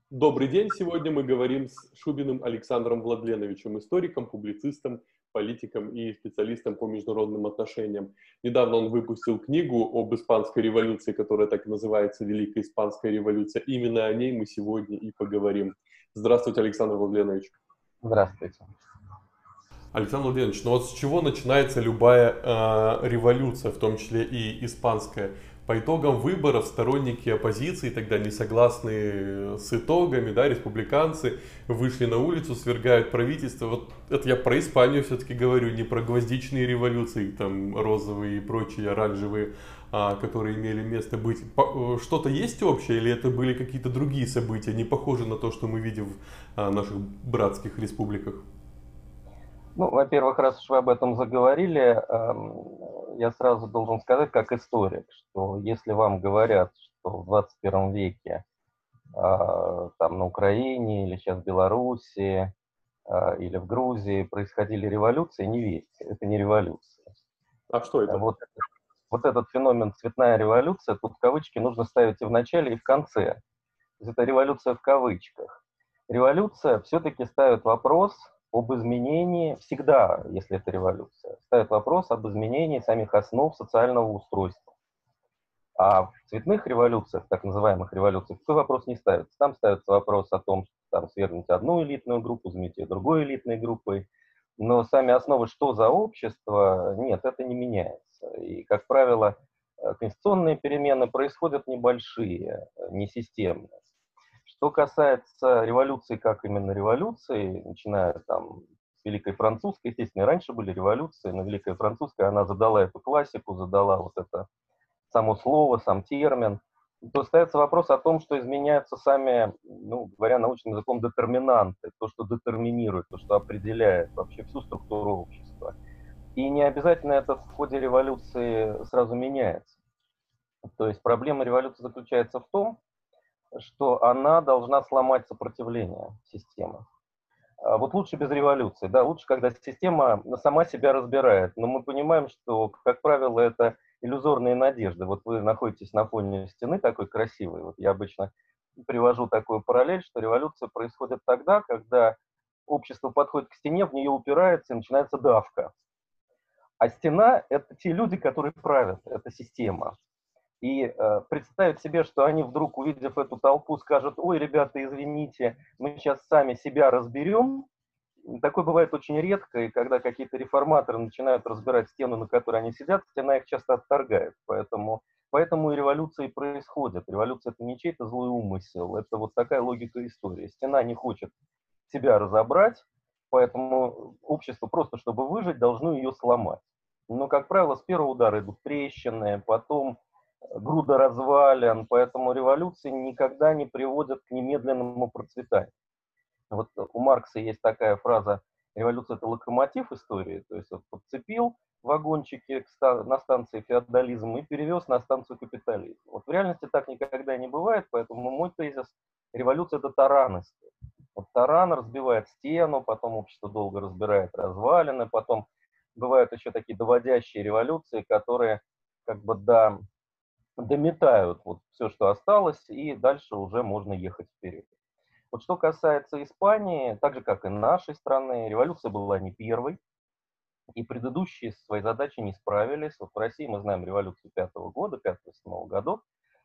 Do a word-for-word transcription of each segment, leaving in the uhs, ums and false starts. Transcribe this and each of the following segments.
Добрый день! Сегодня мы говорим с Шубиным Александром Владленовичем, историком, публицистом, политиком и специалистом по международным отношениям. Недавно он выпустил книгу об Испанской революции, которая так и называется «Великая Испанская революция». Именно о ней мы сегодня и поговорим. Здравствуйте, Александр Владленович. Здравствуйте. Александр Владимирович, ну вот с чего начинается любая э, революция, в том числе и испанская? По итогам выборов сторонники оппозиции, тогда не согласные с итогами, да, республиканцы вышли на улицу, свергают правительство. Вот это я про Испанию все-таки говорю, не про гвоздичные революции, там розовые и прочие, оранжевые, а, которые имели место быть. По- Что-то есть общее или это были какие-то другие события, не похожи на то, что мы видим в а, наших братских республиках? Ну, во-первых, раз уж вы об этом заговорили, эм, я сразу должен сказать, как историк, что если вам говорят, что в двадцать первом веке э, там на Украине или сейчас в Белоруссии э, или в Грузии происходили революции, не верьте, это не революция. А что Э, это? Вот, вот этот феномен «цветная революция», тут кавычки нужно ставить и в начале, и в конце. То есть это революция в кавычках. Революция все-таки ставит вопрос об изменении, всегда, если это революция, ставит вопрос об изменении самих основ социального устройства. А в цветных революциях, так называемых революциях, такой вопрос не ставится. Там ставится вопрос о том, что там свергнуть одну элитную группу, заменить ее другой элитной группой. Но сами основы, что за общество, нет, это не меняется. И, как правило, э, конституционные перемены происходят небольшие, э, не системные. Что касается революции, как именно революции, начиная там с Великой Французской, естественно, и раньше были революции, но Великая Французская, она задала эту классику, задала вот это само слово, сам термин, то ставится вопрос о том, что изменяются сами, ну, говоря научным языком, детерминанты, то, что детерминирует, то, что определяет вообще всю структуру общества. И не обязательно это в ходе революции сразу меняется. То есть проблема революции заключается в том, что она должна сломать сопротивление системы. А вот лучше без революции, да, лучше, когда система сама себя разбирает. Но мы понимаем, что, как правило, это иллюзорные надежды. Вот вы находитесь на фоне стены такой красивой. Вот я обычно привожу такую параллель, что революция происходит тогда, когда общество подходит к стене, в нее упирается и начинается давка. А стена – это те люди, которые правят, это система. И э, представить себе, что они вдруг, увидев эту толпу, скажут: ой, ребята, извините, мы сейчас сами себя разберем. Такое бывает очень редко, и когда какие-то реформаторы начинают разбирать стену, на которой они сидят, стена их часто отторгает. Поэтому, поэтому и революции происходят. Революция – это не чей-то злой умысел, это вот такая логика истории. Стена не хочет себя разобрать, поэтому общество просто, чтобы выжить, должно ее сломать. Но, как правило, с первого удара идут трещины, потом груда развалин, поэтому революции никогда не приводят к немедленному процветанию. Вот у Маркса есть такая фраза: революция – это локомотив истории, то есть вот подцепил вагончики на станции феодализм и перевез на станцию капитализм. Вот в реальности так никогда не бывает, поэтому мой тезис: революция – это таран истории. Вот таран разбивает стену, потом общество долго разбирает развалины, потом бывают еще такие доводящие революции, которые как бы до дометают вот все, что осталось, и дальше уже можно ехать вперед. Вот что касается Испании, так же, как и нашей страны, революция была не первой, и предыдущие с своей задачей не справились. Вот в России мы знаем революцию пятого года, пятого-седьмого годов.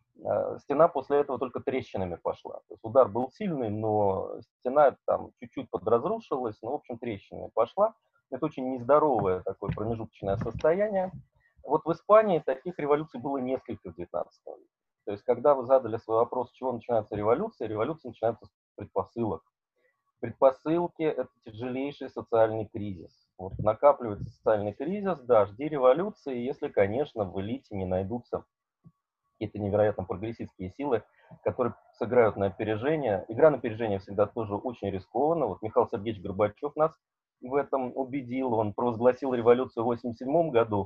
Э, Стена после этого только трещинами пошла. То есть удар был сильный, но стена там чуть-чуть подразрушилась, но, в общем, трещинами пошла. Это очень нездоровое такое промежуточное состояние. Вот в Испании таких революций было несколько в девятнадцатом веке. То есть, когда вы задали свой вопрос, с чего начинается революция, революция начинается с предпосылок. Предпосылки – это тяжелейший социальный кризис. Вот накапливается социальный кризис, да, жди революции, если, конечно, в элите не найдутся какие-то невероятно прогрессистские силы, которые сыграют на опережение. Игра на опережение всегда тоже очень рискованна. Вот Михаил Сергеевич Горбачев нас в этом убедил. Он провозгласил революцию в восемьдесят седьмом году.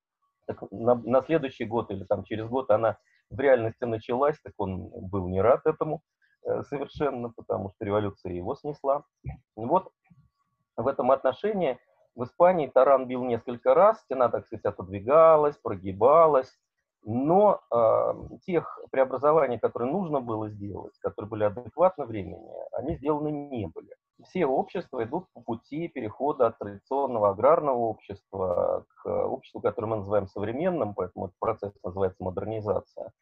Так на, на следующий год или там через год она в реальности началась, так он был не рад этому э, совершенно, потому что революция его снесла. Вот в этом отношении в Испании таран бил несколько раз, стена, так сказать, отодвигалась, прогибалась. Но э, тех преобразований, которые нужно было сделать, которые были адекватны времени, они сделаны не были. Все общества идут по пути перехода от традиционного аграрного общества к обществу, которое мы называем современным, поэтому этот процесс называется модернизация.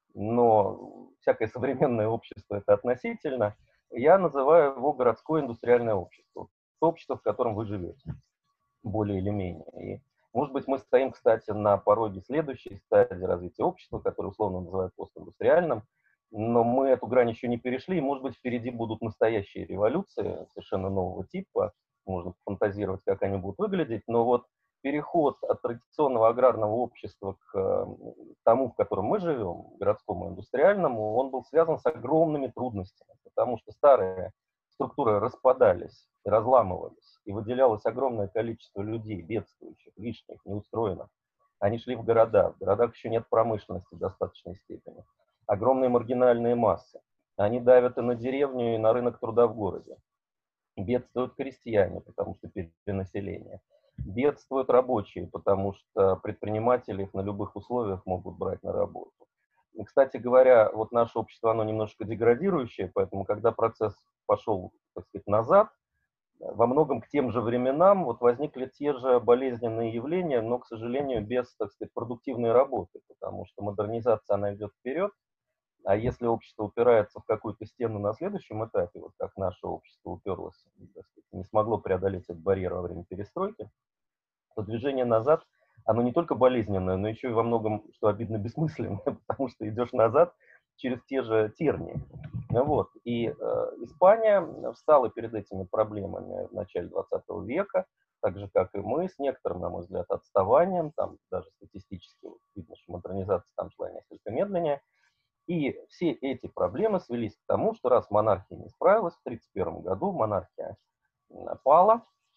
Но всякое современное общество это относительно. Я называю его городское индустриальное общество. То общество, в котором вы живете, более или менее. И, может быть, мы стоим, кстати, на пороге следующей стадии развития общества, которую условно называют постиндустриальным, но мы эту грань еще не перешли, и, может быть, впереди будут настоящие революции совершенно нового типа, можно фантазировать, как они будут выглядеть, но вот переход от традиционного аграрного общества к тому, в котором мы живем, городскому индустриальному, он был связан с огромными трудностями, потому что старые структуры распадались, разламывались, и выделялось огромное количество людей, бедствующих, лишних, неустроенных. Они шли в города. В городах еще нет промышленности в достаточной степени. Огромные маргинальные массы. Они давят и на деревню, и на рынок труда в городе. Бедствуют крестьяне, потому что перенаселение. Бедствуют рабочие, потому что предприниматели их на любых условиях могут брать на работу. И, кстати говоря, вот наше общество, оно немножко деградирующее, поэтому когда процесс пошел, так сказать, назад, во многом к тем же временам вот возникли те же болезненные явления, но, к сожалению, без, так сказать, продуктивной работы, потому что модернизация, она идет вперед, а если общество упирается в какую-то стену на следующем этапе, вот как наше общество уперлось, так сказать, не смогло преодолеть этот барьер во время перестройки, то движение назад, оно не только болезненное, но еще и во многом, что обидно, бессмысленное, потому что идешь назад через те же тернии. Вот. И э, Испания встала перед этими проблемами в начале двадцатого века, так же, как и мы, с некоторым, на мой взгляд, отставанием, там даже статистически вот, видно, что модернизация там шла несколько медленнее. И все эти проблемы свелись к тому, что раз монархия не справилась, в тридцать первом году монархия пала,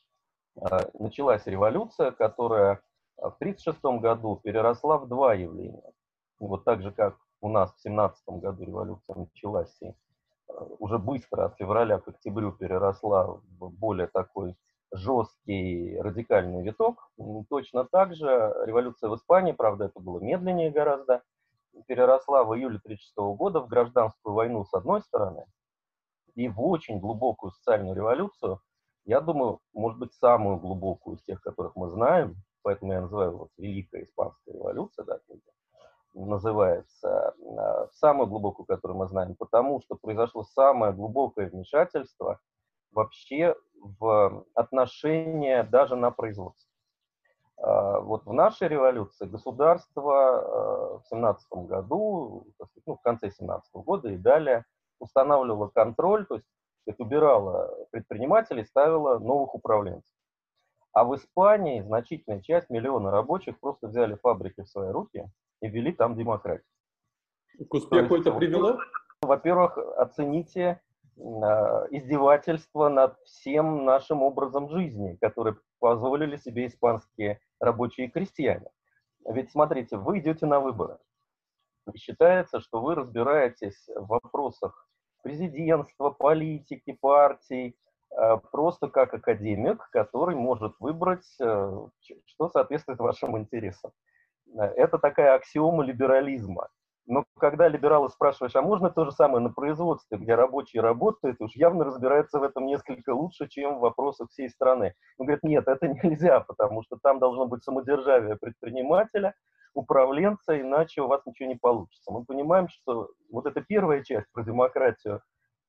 началась революция, которая в тридцать шестом году переросла в два явления. Вот так же, как у нас в семнадцатом году революция началась и уже быстро от февраля к октябрю переросла в более такой жесткий радикальный виток. Точно так же революция в Испании, правда, это было медленнее гораздо, переросла в июле тридцать шестого года в гражданскую войну с одной стороны и в очень глубокую социальную революцию, я думаю, может быть, самую глубокую из тех, которых мы знаем, поэтому я называю вот Великая Испанская революция, да, называется, самую глубокую, которую мы знаем, потому что произошло самое глубокое вмешательство вообще в отношения даже на производство. Вот в нашей революции государство в семнадцатом году, ну, в конце семнадцатого года и далее устанавливало контроль, то есть убирало предпринимателей, ставило новых управленцев. А в Испании значительная часть, миллиона рабочих просто взяли фабрики в свои руки и ввели там демократию. К успеху это привело? Во-первых, оцените издевательство над всем нашим образом жизни, который позволили себе испанские рабочие и крестьяне. Ведь смотрите, вы идете на выборы. И считается, что вы разбираетесь в вопросах президентства, политики, партий, просто как академик, который может выбрать, что соответствует вашим интересам. Это такая аксиома либерализма. Но когда либералы спрашиваешь, а можно то же самое на производстве, где рабочие работают, уж явно разбираются в этом несколько лучше, чем в вопросах всей страны. Он говорит, нет, это нельзя, потому что там должно быть самодержавие предпринимателя, управленца, иначе у вас ничего не получится. Мы понимаем, что вот эта первая часть про демократию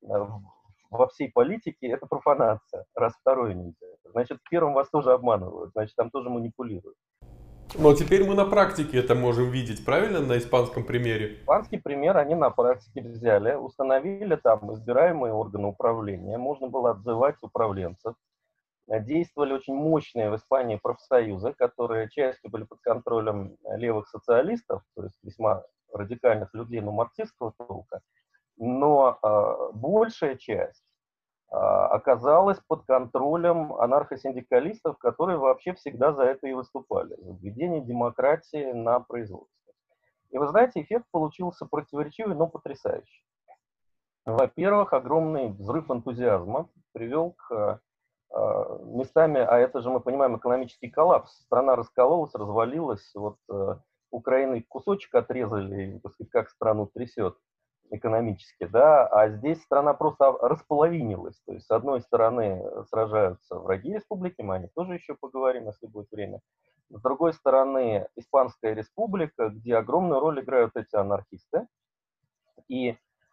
во всей политике – это профанация, раз второе нельзя. Значит, в первом вас тоже обманывают, значит, там тоже манипулируют. Но теперь мы на практике это можем видеть, правильно, на испанском примере? Испанский пример они на практике взяли, установили там избираемые органы управления, можно было отзывать управленцев. Действовали очень мощные в Испании профсоюзы, которые частью были под контролем левых социалистов, то есть весьма радикальных людей, но марксистского толка, но э, большая часть оказалась под контролем анархосиндикалистов, которые вообще всегда за это и выступали, за введение демократии на производстве. И вы знаете, эффект получился противоречивый, но потрясающий. Во-первых, огромный взрыв энтузиазма привел к э, местами, а это же мы понимаем экономический коллапс. Страна раскололась, развалилась, вот, э, Украины кусочек отрезали, так сказать, как страну трясет экономически, да, а здесь страна просто располовинилась. То есть, с одной стороны, сражаются враги республики, мы о них тоже еще поговорим, если будет время. С другой стороны, Испанская республика, где огромную роль играют эти анархисты. И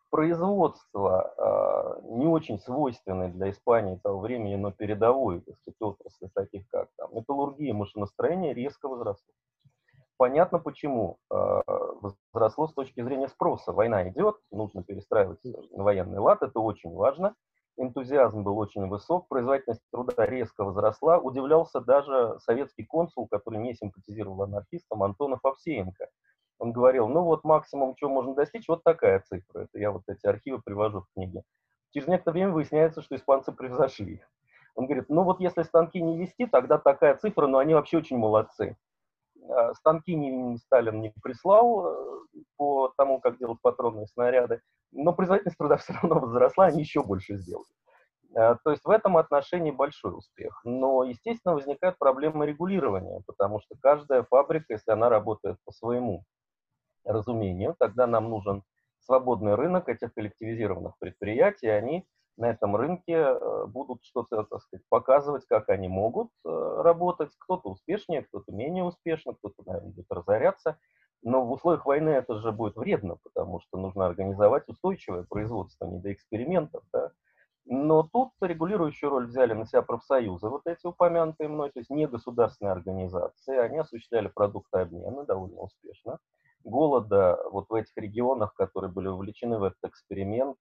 производство, э, не очень свойственное для Испании того времени, но передовой, так сказать, отрасли, таких как там, металлургия, машиностроение, резко возросло. Понятно почему. Э, возросло с точки зрения спроса. Война идет, нужно перестраивать на военный лад, это очень важно. Энтузиазм был очень высок, производительность труда резко возросла. Удивлялся даже советский консул, который не симпатизировал анархистам, Антонов Овсеенко. Он говорил, ну вот максимум, чего можно достичь, вот такая цифра. Это я вот эти архивы привожу в книге. Через некоторое время выясняется, что испанцы превзошли их. Он говорит, ну вот если станки не вести, тогда такая цифра, но они вообще очень молодцы. Станки не, Сталин не прислал по тому, как делать патронные снаряды, но производительность труда все равно возросла, они еще больше сделали. То есть в этом отношении большой успех. Но, естественно, возникает проблема регулирования, потому что каждая фабрика, если она работает по своему разумению, тогда нам нужен свободный рынок этих коллективизированных предприятий, они на этом рынке будут что-то, так сказать, показывать, как они могут работать. Кто-то успешнее, кто-то менее успешно, кто-то, наверное, будет разоряться. Но в условиях войны это же будет вредно, потому что нужно организовать устойчивое производство, не до экспериментов. Да? Но тут регулирующую роль взяли на себя профсоюзы, вот эти упомянутые мной, то есть не государственные организации. Они осуществляли продуктообмены довольно успешно. Голода вот в этих регионах, которые были вовлечены в этот эксперимент,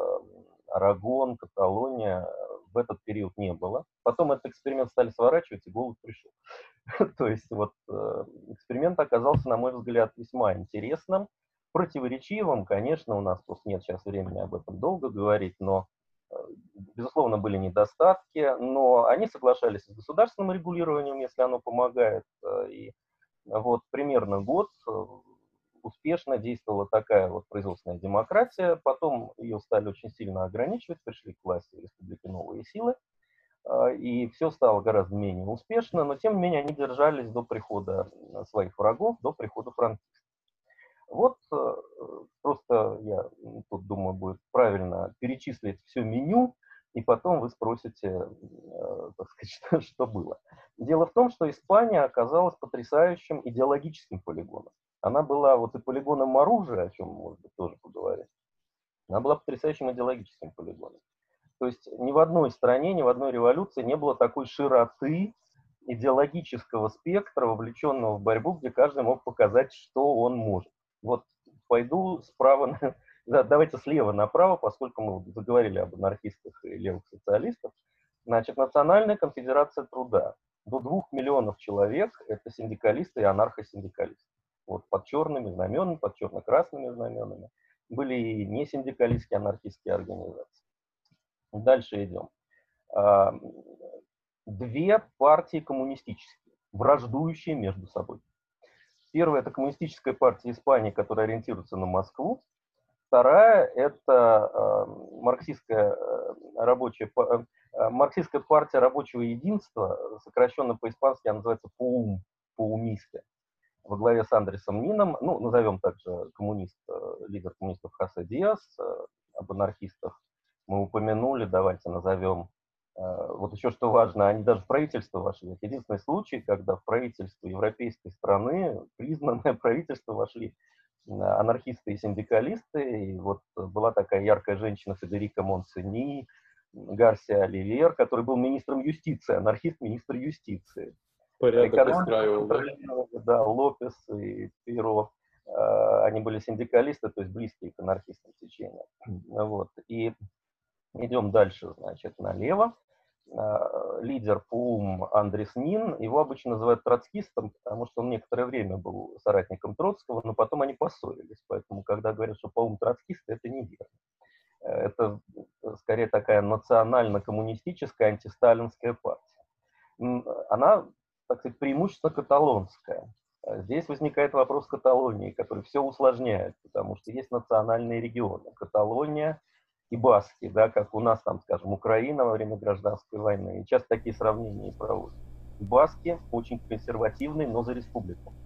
Арагон, Каталония, в этот период не было. Потом этот эксперимент стали сворачивать, и голод пришел. То есть вот эксперимент оказался, на мой взгляд, весьма интересным, противоречивым. Конечно, у нас просто нет сейчас времени об этом долго говорить, но, безусловно, были недостатки, но они соглашались с государственным регулированием, если оно помогает. И вот примерно год успешно действовала такая вот производственная демократия, потом ее стали очень сильно ограничивать, пришли к власти республики новые силы, и все стало гораздо менее успешно, но тем не менее они держались до прихода своих врагов, до прихода франкистов. Вот просто я тут думаю, будет правильно перечислить все меню, и потом вы спросите, так сказать, что было. Дело в том, что Испания оказалась потрясающим идеологическим полигоном. Она была вот и полигоном оружия, о чем, может быть, тоже поговорим. Она была потрясающим идеологическим полигоном. То есть ни в одной стране, ни в одной революции не было такой широты идеологического спектра, вовлеченного в борьбу, где каждый мог показать, что он может. Вот пойду справа, да, давайте слева направо, поскольку мы заговорили об анархистах и левых социалистах. Значит, Национальная конфедерация труда. До двух миллионов человек – это синдикалисты и анархосиндикалисты. Вот под черными знаменами, под черно-красными знаменами. Были и не синдикалистские, анархистские организации. Дальше идем. Две партии коммунистические, враждующие между собой. Первая – это коммунистическая партия Испании, которая ориентируется на Москву. Вторая – это марксистская, рабочая, марксистская партия рабочего единства, сокращенно по-испански она называется ПОУМ, ПОУМИСТы, во главе с Андресом Нином, ну, назовем также коммунист, лидер коммунистов Хосе Диас, об анархистах мы упомянули, давайте назовем. Вот еще что важно, они даже в правительство вошли. Это единственный случай, когда в правительство европейской страны, признанное правительство, вошли анархисты и синдикалисты. И вот была такая яркая женщина Федерика Монсени, Гарсия Оливер, который был министром юстиции, анархист, министр юстиции. Порядок устраивал, да? Да, Лопес и Пиро, они были синдикалисты, то есть близкие к анархистам течению. Вот. И идем дальше, значит, налево. Лидер ПОУМ Андрес Нин, его обычно называют троцкистом, потому что он некоторое время был соратником Троцкого, но потом они поссорились. Поэтому, когда говорят, что ПОУМ троцкисты, это неверно. Это скорее такая национально-коммунистическая антисталинская партия. Она, так сказать, преимущественно каталонская. Здесь возникает вопрос Каталонии, который все усложняет, потому что есть национальные регионы. Каталония и Баски, да, как у нас там, скажем, Украина во время гражданской войны. И часто такие сравнения и проводят. Баски очень консервативные, но за республику.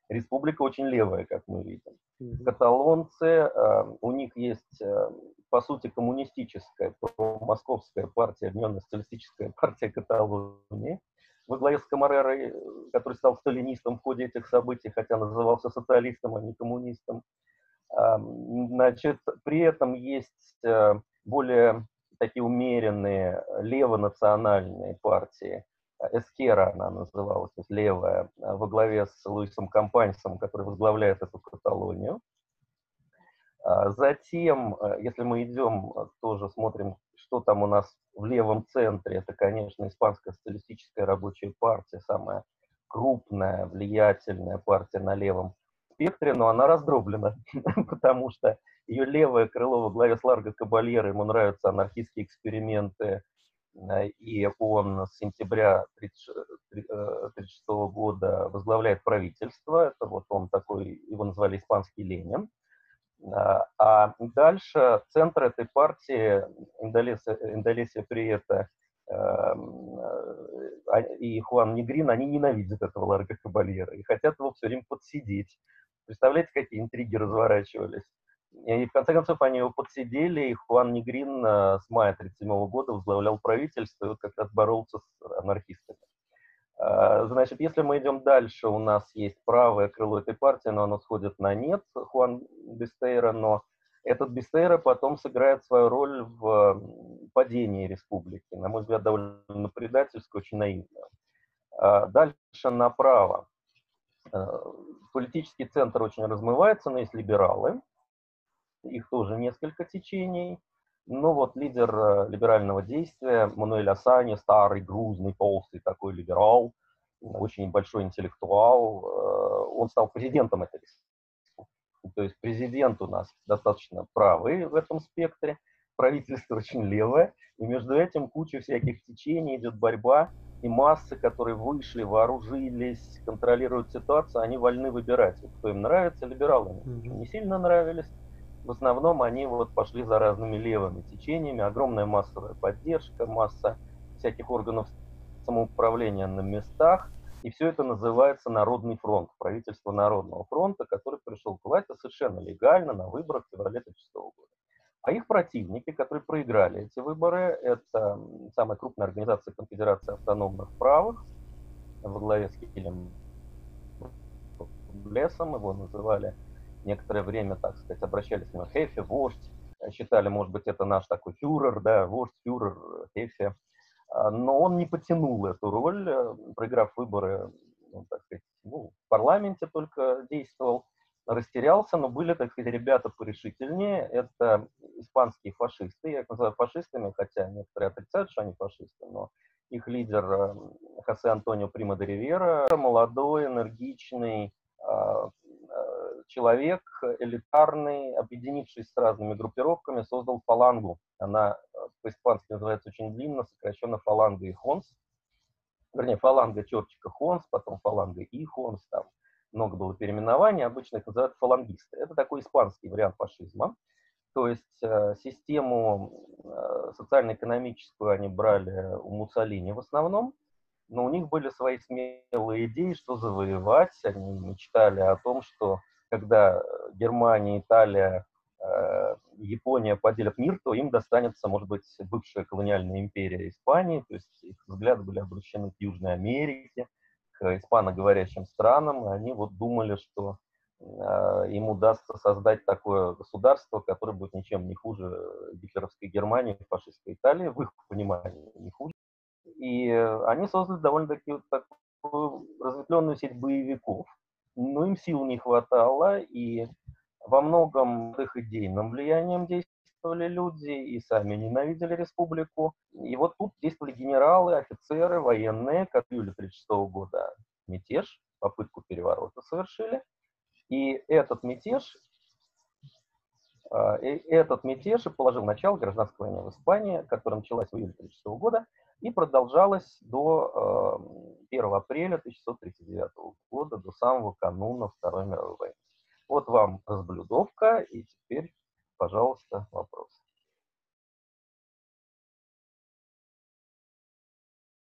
республика очень левая, как мы видим. Каталонцы, у них есть, по сути, коммунистическая, московская партия, Объединенная социалистическая партия Каталонии, во главе с Камарерой, который стал сталинистом в ходе этих событий, хотя назывался социалистом, а не коммунистом. Значит, при этом есть более такие умеренные левонациональные партии. Эскера она называлась, то есть левая, во главе с Луисом Компаньсом, который возглавляет эту Каталонию. Затем, если мы идем, тоже смотрим, что там у нас в левом центре, это, конечно, Испанская социалистическая рабочая партия, самая крупная, влиятельная партия на левом спектре, но она раздроблена, потому что ее левое крыло во главе с Ларго Кабальеро, ему нравятся анархистские эксперименты, и он с сентября тысяча девятьсот тридцать шестого года возглавляет правительство, это вот он такой, его назвали испанский Ленин. А дальше центр этой партии, Индолесия Приета и Хуан Негрин, они ненавидят этого Ларго Кабальеро и хотят его все время подсидеть. Представляете, какие интриги разворачивались? И в конце концов они его подсидели, и Хуан Негрин с мая тысяча девятьсот тридцать седьмого года возглавлял правительство и вот как раз боролся с анархистами. Значит, если мы идем дальше, у нас есть правое крыло этой партии, но оно сходит на нет, Хуан Бестейра, но этот Бестейра потом сыграет свою роль в падении республики, на мой взгляд, довольно предательскую, очень наивную. Дальше направо. Политический центр очень размывается, но есть либералы, их тоже несколько течений. Ну вот лидер либерального действия Мануэль Асанья, старый, грузный, толстый такой либерал, очень большой интеллектуал, он стал президентом этой республики. То есть президент у нас достаточно правый в этом спектре, правительство очень левое, и между этим куча всяких течений, идет борьба, и массы, которые вышли, вооружились, контролируют ситуацию, они вольны выбирать, кто им нравится, либералы не сильно нравились. В основном они вот пошли за разными левыми течениями, огромная массовая поддержка, масса всяких органов самоуправления на местах, и все это называется Народный фронт, правительство Народного фронта, который пришел к власти совершенно легально на выборах в феврале тысяча девятьсот тридцать шестого года. А их противники, которые проиграли эти выборы, это самая крупная организация Конфедерация автономных правых во главе с Хилем Блесом, его называли некоторое время, так сказать, обращались к нему Хефе, вождь, считали, может быть, это наш такой фюрер, да, вождь, фюрер, Хефе. Но он не потянул эту роль, проиграв выборы, ну, так сказать, ну, в парламенте только действовал, растерялся, но были, так сказать, ребята порешительнее, это испанские фашисты, я их называю фашистами, хотя некоторые отрицают, что они фашисты, но их лидер Хосе Антонио Прима де Ривера, молодой, энергичный, человек элитарный, объединившись с разными группировками, создал фалангу. Она по-испански называется очень длинно, сокращенно фаланга и хонс. Вернее, фаланга чертика хонс, потом фаланга и хонс. Там много было переименований, обычно их называют фалангисты. Это такой испанский вариант фашизма. То есть э, систему э, социально-экономическую они брали у Муссолини в основном, но у них были свои смелые идеи, что завоевать. Они мечтали о том, что когда Германия, Италия, э, Япония поделят мир, то им достанется, может быть, бывшая колониальная империя Испании, то есть их взгляды были обращены к Южной Америке, к испаноговорящим странам, и они вот думали, что э, им удастся создать такое государство, которое будет ничем не хуже гитлеровской Германии, фашистской Италии, в их понимании не хуже. И они создали довольно-таки вот такую разветвленную сеть боевиков. Но им сил не хватало, и во многом их идейным влиянием действовали люди, и сами ненавидели республику. И вот тут действовали генералы, офицеры, военные, как в июле тысяча девятьсот тридцать шестого года мятеж, попытку переворота совершили. И этот мятеж, этот мятеж и положил начало гражданской войне в Испании, которая началась в июле тысяча девятьсот тридцать шестого года и продолжалась до первого апреля тысяча девятьсот тридцать девятого года, до самого кануна Второй мировой войны. Вот вам разблюдовка, и теперь, пожалуйста, вопрос.